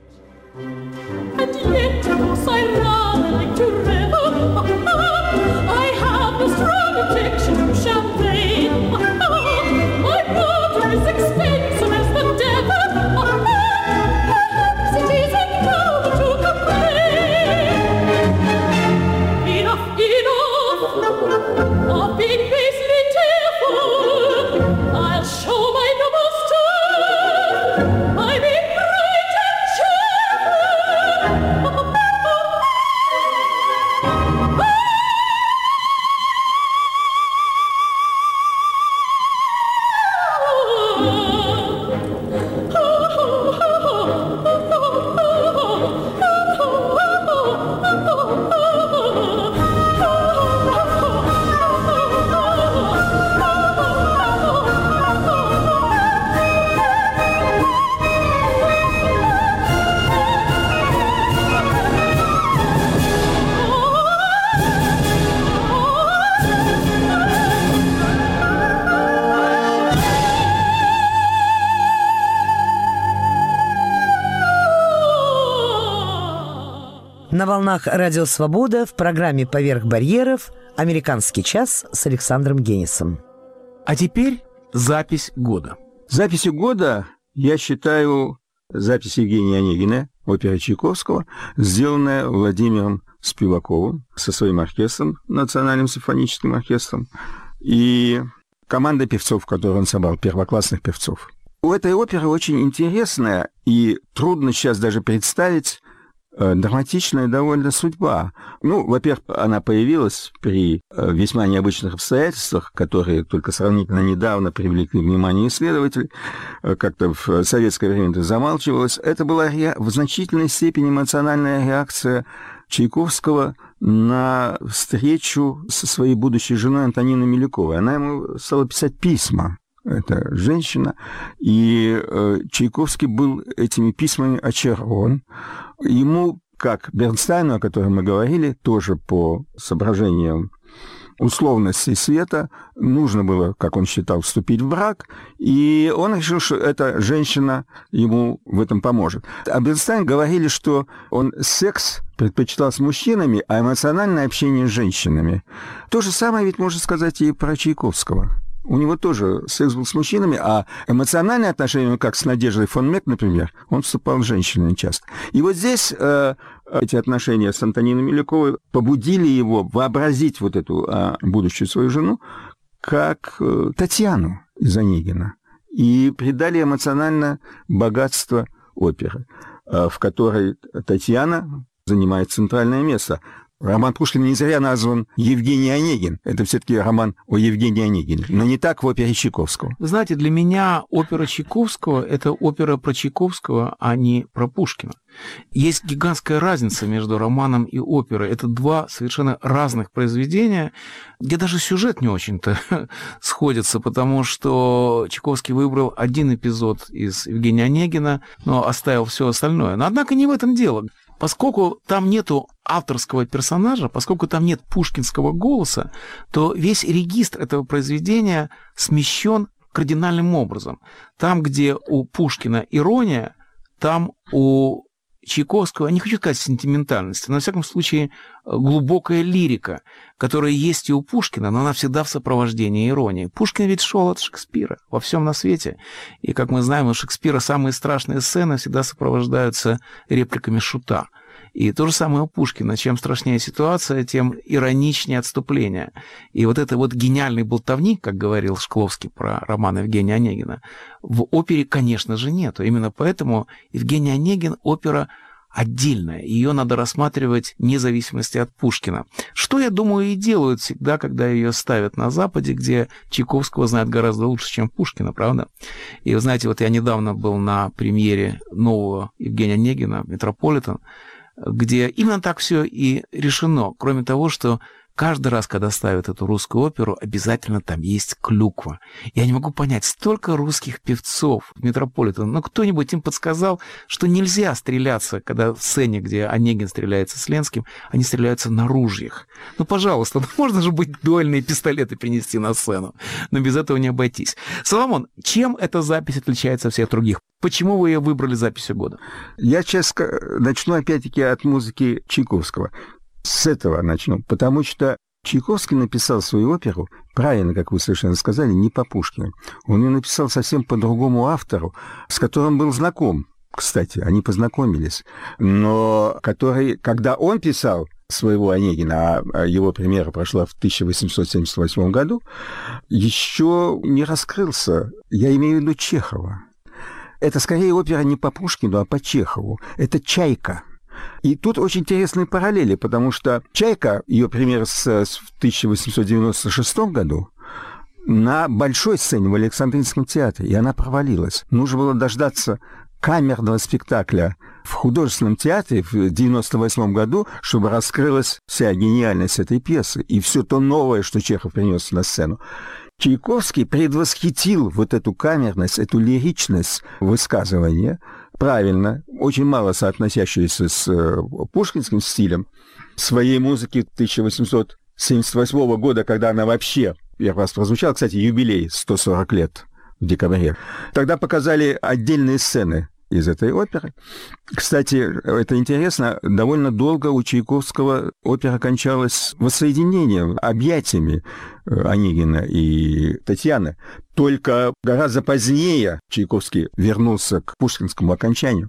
На волнах «Радио Свобода» в программе «Поверх барьеров» «Американский час» с Александром Генисом. А теперь запись года. Записью года я считаю запись Евгения Онегина, опера Чайковского, сделанная Владимиром Спиваковым со своим оркестром, Национальным симфоническим оркестром, и команда певцов, которую он собрал, первоклассных певцов. У этой оперы очень интересная и трудно сейчас даже представить драматичная довольно судьба. Ну, во-первых, она появилась при весьма необычных обстоятельствах, которые только сравнительно недавно привлекли внимание исследователей. Как-то в советское время это замалчивалось. Это была в значительной степени эмоциональная реакция Чайковского на встречу со своей будущей женой Антониной Милюковой. Она ему стала писать письма. Это женщина, и э, Чайковский был этими письмами очарован. Ему, как Бернстайну, о котором мы говорили, тоже по соображениям условности света, нужно было, как он считал, вступить в брак, и он решил, что эта женщина ему в этом поможет. А Бернстайн говорили, что он секс предпочитал с мужчинами, а эмоциональное общение с женщинами. То же самое ведь можно сказать и про Чайковского. У него тоже секс был с мужчинами, а эмоциональные отношения, как с Надеждой фон Мек, например, он вступал с женщинами часто. И вот здесь э, эти отношения с Антониной Милюковой побудили его вообразить вот эту э, будущую свою жену как э, Татьяну из Онегина. И придали эмоциональное богатство оперы, э, в которой Татьяна занимает центральное место. Роман Пушкина не зря назван «Евгений Онегин». Это все-таки роман о Евгении Онегине, но не так в опере Чайковского. Вы знаете, для меня опера Чайковского – это опера про Чайковского, а не про Пушкина. Есть гигантская разница между романом и оперой. Это два совершенно разных произведения, где даже сюжет не очень-то сходится, потому что Чайковский выбрал один эпизод из Евгения Онегина, но оставил все остальное. Но, однако, не в этом дело. Поскольку там нету авторского персонажа, поскольку там нет пушкинского голоса, то весь регистр этого произведения смещен кардинальным образом. Там, где у Пушкина ирония, там у Чайковского, не хочу сказать сентиментальность, но, во всяком случае, глубокая лирика, которая есть и у Пушкина, но она всегда в сопровождении иронии. Пушкин ведь шел от Шекспира во всем на свете. И, как мы знаем, у Шекспира самые страшные сцены всегда сопровождаются репликами шута. И то же самое у Пушкина. Чем страшнее ситуация, тем ироничнее отступление. И вот это вот гениальный болтовник, как говорил Шкловский про роман Евгения Онегина, в опере, конечно же, нету. Именно поэтому Евгений Онегин — опера отдельная. Ее надо рассматривать вне зависимости от Пушкина. Что, я думаю, и делают всегда, когда ее ставят на Западе, где Чайковского знают гораздо лучше, чем Пушкина, правда? И вы знаете, вот я недавно был на премьере нового Евгения Онегина «Метрополитен», где именно так все и решено. Кроме того, что каждый раз, когда ставят эту русскую оперу, обязательно там есть клюква. Я не могу понять, столько русских певцов в «Метрополитен», но кто-нибудь им подсказал, что нельзя стреляться, когда в сцене, где Онегин стреляется с Ленским, они стреляются на ружьях. Ну, пожалуйста, ну, можно же быть дуэльные пистолеты принести на сцену, но без этого не обойтись. Соломон, чем эта запись отличается от всех других? Почему вы ее выбрали записью года? Я сейчас начну опять-таки от музыки Чайковского. С этого начну, потому что Чайковский написал свою оперу, правильно, как вы совершенно сказали, не по Пушкину. Он ее написал совсем по другому автору, с которым был знаком. Кстати, они познакомились, но который, когда он писал своего Онегина, а его премьера прошла в тысяча восемьсот семьдесят восьмом году, еще не раскрылся. Я имею в виду Чехова. Это скорее опера не по Пушкину, а по Чехову. Это «Чайка». И тут очень интересные параллели, потому что «Чайка», ее премьера с, с, в тысяча восемьсот девяносто шестом году, на большой сцене в Александринском театре, и она провалилась. Нужно было дождаться камерного спектакля в художественном театре в девяносто восьмом году, чтобы раскрылась вся гениальность этой пьесы и все то новое, что Чехов принес на сцену. Чайковский предвосхитил вот эту камерность, эту лиричность высказывания, правильно, очень мало соотносящуюся с э, пушкинским стилем, своей музыки тысяча восемьсот семьдесят восьмого года, когда она вообще первый раз прозвучала, кстати, юбилей сто сорок лет в декабре. Тогда показали отдельные сцены из этой оперы. Кстати, это интересно, довольно долго у Чайковского опера кончалась воссоединением, объятиями Онегина и Татьяны. Только гораздо позднее Чайковский вернулся к пушкинскому окончанию.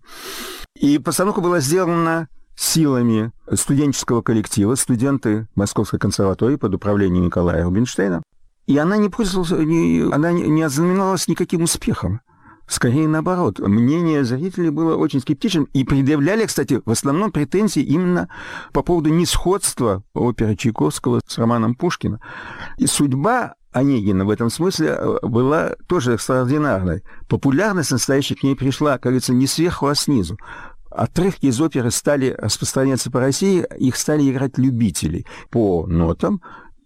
И постановка была сделана силами студенческого коллектива, студенты Московской консерватории под управлением Николая Рубинштейна. И она не пользовалась, не, она не ознаменовалась никаким успехом. Скорее наоборот. Мнение зрителей было очень скептичным. И предъявляли, кстати, в основном претензии именно по поводу несходства оперы Чайковского с романом Пушкина. И судьба Онегина в этом смысле была тоже экстраординарной. Популярность настоящая к ней пришла, как говорится, не сверху, а снизу. Отрывки из оперы стали распространяться по России, их стали играть любители по нотам.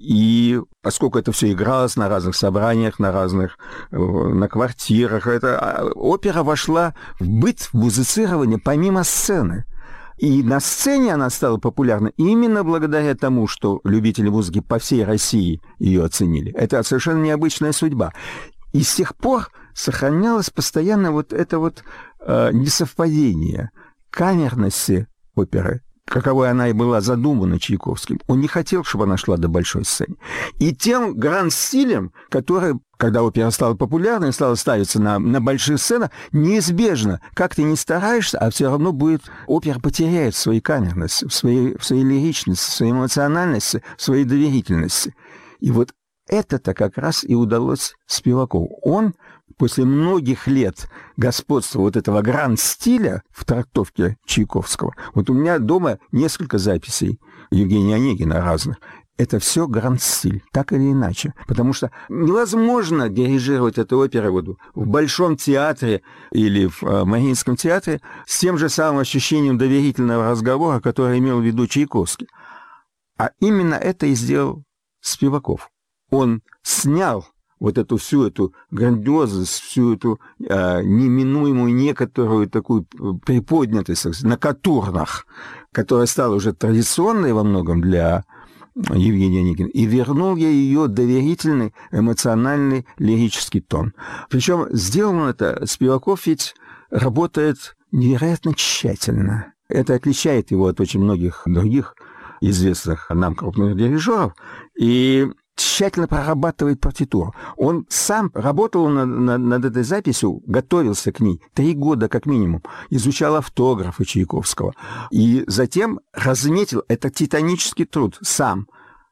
И поскольку это все игралось на разных собраниях, на разных, на квартирах, это, опера вошла в быт, в музицирование помимо сцены. И на сцене она стала популярна именно благодаря тому, что любители музыки по всей России ее оценили. Это совершенно необычная судьба. И с тех пор сохранялось постоянно вот это вот э, несовпадение камерности оперы, каковой она и была задумана Чайковским. Он не хотел, чтобы она шла до большой сцены. И тем гранд-стилем, который, когда опера стала популярной, стала ставиться на, на больших сценах, неизбежно, как ты ни стараешься, а все равно будет, опера потеряет свою камерность, в своей, в своей лиричности, в своей эмоциональности, в своей доверительности. И вот это-то как раз и удалось Спивакову. Он после многих лет господства вот этого гранд-стиля в трактовке Чайковского, вот у меня дома несколько записей Евгения Онегина разных. Это все гранд-стиль, так или иначе. Потому что невозможно дирижировать эту оперу вот в Большом театре или в э, Мариинском театре с тем же самым ощущением доверительного разговора, который имел в виду Чайковский. А именно это и сделал Спиваков. Он снял вот эту всю эту грандиозность, всю эту э, неминуемую некоторую такую приподнятость на катурнах, которая стала уже традиционной во многом для Евгения Онегина, и вернул я ее доверительный, эмоциональный, лирический тон. Причем сделал он это, Спиваков ведь работает невероятно тщательно. Это отличает его от очень многих других известных нам крупных дирижеров, и тщательно прорабатывает партитуру. Он сам работал над, над, над этой записью, готовился к ней три года как минимум, изучал автографы Чайковского, и затем разметил, это титанический труд, сам,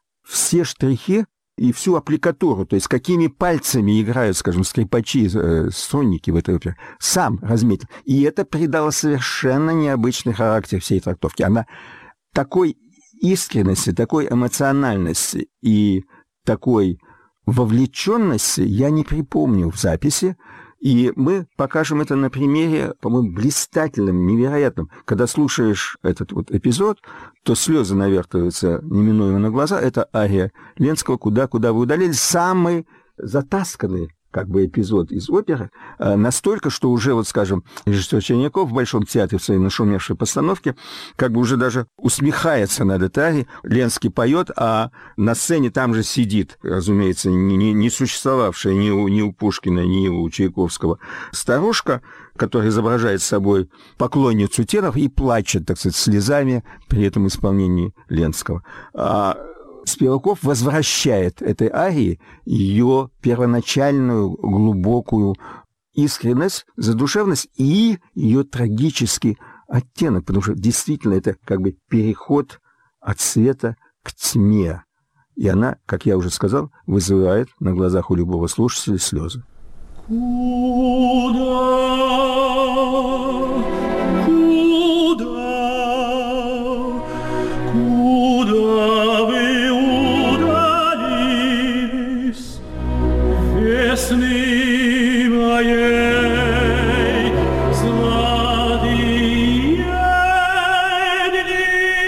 все штрихи и всю аппликатуру, то есть какими пальцами играют, скажем, скрипачи, э, струнники в этой опере, сам разметил. И это придало совершенно необычный характер всей трактовки. Она такой искренности, такой эмоциональности и такой вовлеченности я не припомню в записи, и мы покажем это на примере, по-моему, блистательном, невероятном. Когда слушаешь этот вот эпизод, то слезы навертываются неминуемо на глаза. Это ария Ленского «Куда, куда вы удалились», самый затасканный как бы эпизод из оперы, настолько, что уже, вот скажем, режиссер Черняков в Большом театре в своей нашумевшей постановке как бы уже даже усмехается над этой арией. Ленский поет, а на сцене там же сидит, разумеется, не, не, не существовавшая ни у, ни у Пушкина, ни у Чайковского старушка, которая изображает собой поклонницу теноров и плачет, так сказать, слезами при этом исполнении Ленского. А Спиваков возвращает этой арии ее первоначальную глубокую искренность, задушевность и ее трагический оттенок, потому что действительно это как бы переход от света к тьме. И она, как я уже сказал, вызывает на глазах у любого слушателя слезы. Куда, куда, куда вы удалились, весны моей золотые дни?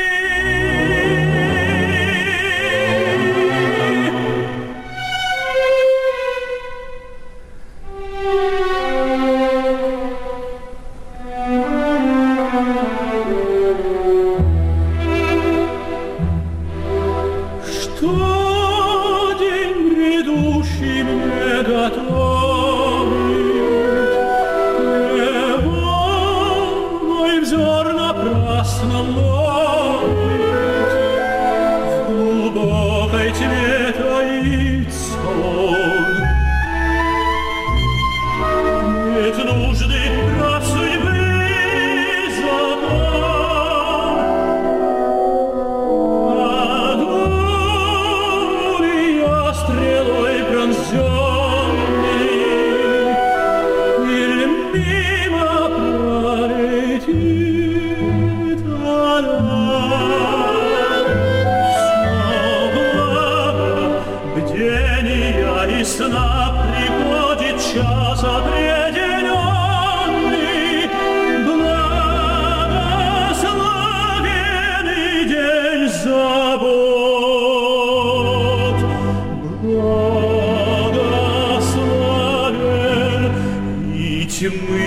Что день грядущий мне готовит, его мой взор напрасно ловит, в глубокой тьме таится он. Нет нужды прав судьбы закон, огонь стрелой пронзенный, или мимо пролетит она. Снова бдения и сна приходит час определенный, благословенный день забот. Благословен и тьмы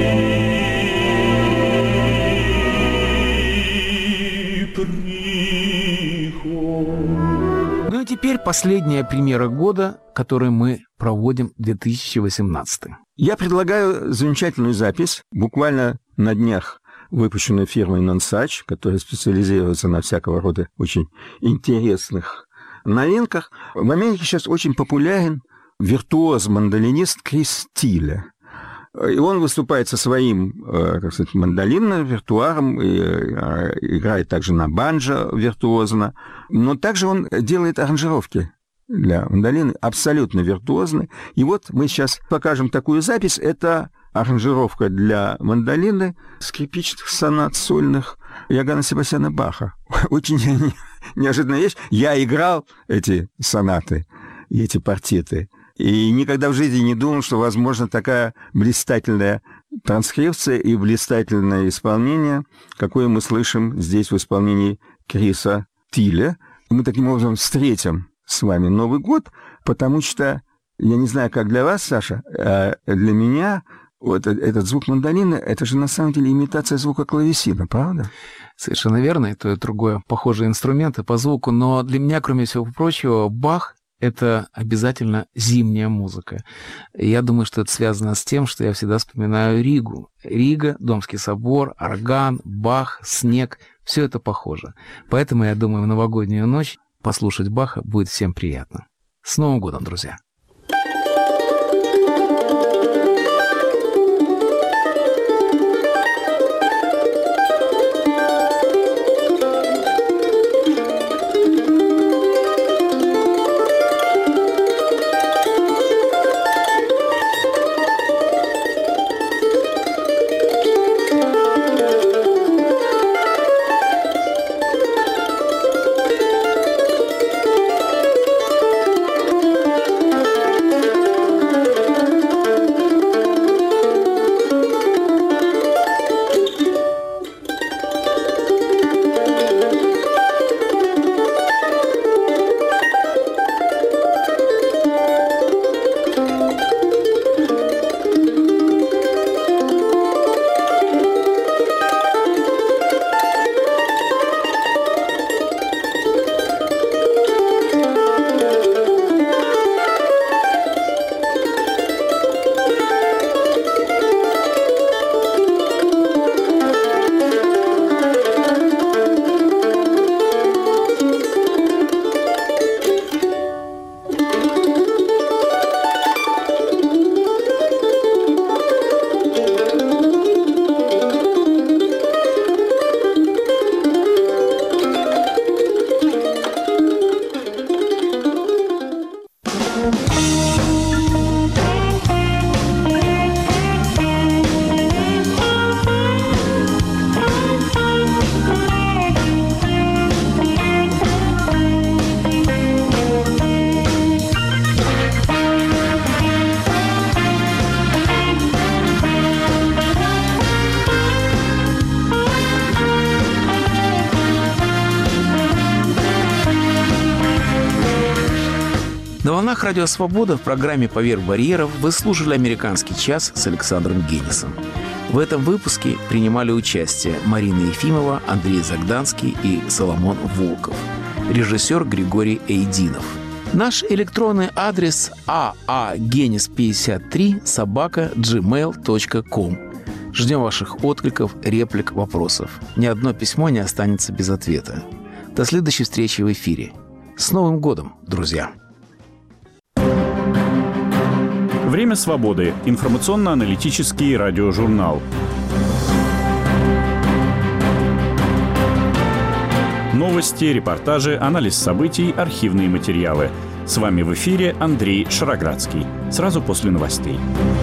приход. Ну а теперь последняя премьера года, которую мы проводим в две тысячи восемнадцатом. Я предлагаю замечательную запись, буквально на днях выпущенную фирмой Nonsuch, которая специализируется на всякого рода очень интересных новинках. В Америке сейчас очень популярен виртуоз-мандолинист Крис Тилля. И он выступает со своим, так сказать, мандолинным репертуаром, и играет также на банджо виртуозно, но также он делает аранжировки для мандолины абсолютно виртуозные. И вот мы сейчас покажем такую запись. Это аранжировка для мандолины скрипичных сонат сольных Иоганна Себастьяна Баха. очень неожиданная вещь. Я играл эти сонаты и эти партиты. И никогда в жизни не думал, что возможно такая блистательная транскрипция и блистательное исполнение, какое мы слышим здесь в исполнении Криса Тиля. Мы таким образом встретим с вами Новый год, потому что, я не знаю, как для вас, Саша, а для меня вот этот звук мандолины, это же на самом деле имитация звука клавесина, правда? Совершенно верно, и то, и другое похожие инструменты по звуку, но для меня, кроме всего прочего, Бах — это обязательно зимняя музыка. И я думаю, что это связано с тем, что я всегда вспоминаю Ригу. Рига, Домский собор, орган, Бах, снег — все это похоже. Поэтому, я думаю, в новогоднюю ночь послушать Баха будет всем приятно. С Новым годом, друзья! На волнах Радио Свобода в программе «Поверх барьеров» вы слушали «Американский час» с Александром Генисом. В этом выпуске принимали участие Марина Ефимова, Андрей Загданский и Соломон Волков. Режиссер Григорий Эйдинов. Наш электронный адрес а а генис пятьдесят три собака джи мейл точка ком. Ждем ваших откликов, реплик, вопросов. Ни одно письмо не останется без ответа. До следующей встречи в эфире. С Новым годом, друзья! Время свободы. Информационно-аналитический радиожурнал. Новости, репортажи, анализ событий, архивные материалы. С вами в эфире Андрей Шароградский. Сразу после новостей.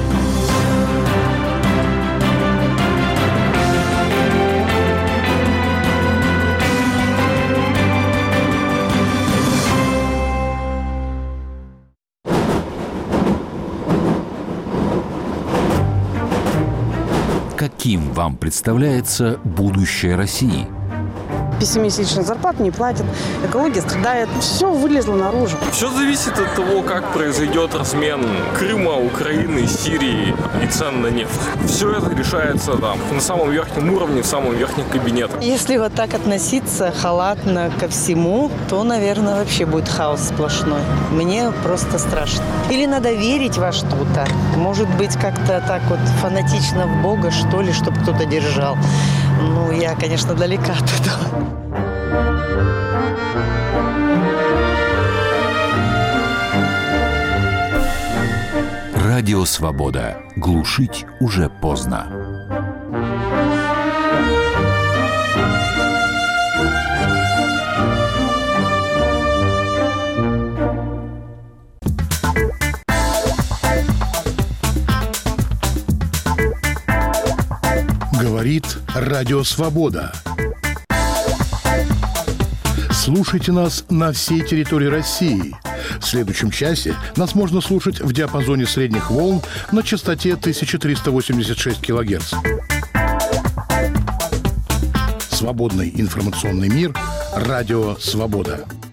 Каким вам представляется будущее России? Пессимистично, зарплату не платят, экология страдает. Все вылезло наружу. Все зависит от того, как произойдет размен Крыма, Украины, Сирии и цен на нефть. Все это решается там, на самом верхнем уровне, в самом верхнем кабинете. Если вот так относиться халатно ко всему, то, наверное, вообще будет хаос сплошной. Мне просто страшно. Или надо верить во что-то. Может быть, как-то так вот фанатично в Бога, что ли, чтобы кто-то держал. Ну, я, конечно, далека от этого. Радио Свобода. Глушить уже поздно. Говорит Радио Свобода. Слушайте нас на всей территории России. В следующем часе нас можно слушать в диапазоне средних волн на частоте тысяча триста восемьдесят шесть килогерц. Свободный информационный мир. Радио «Свобода».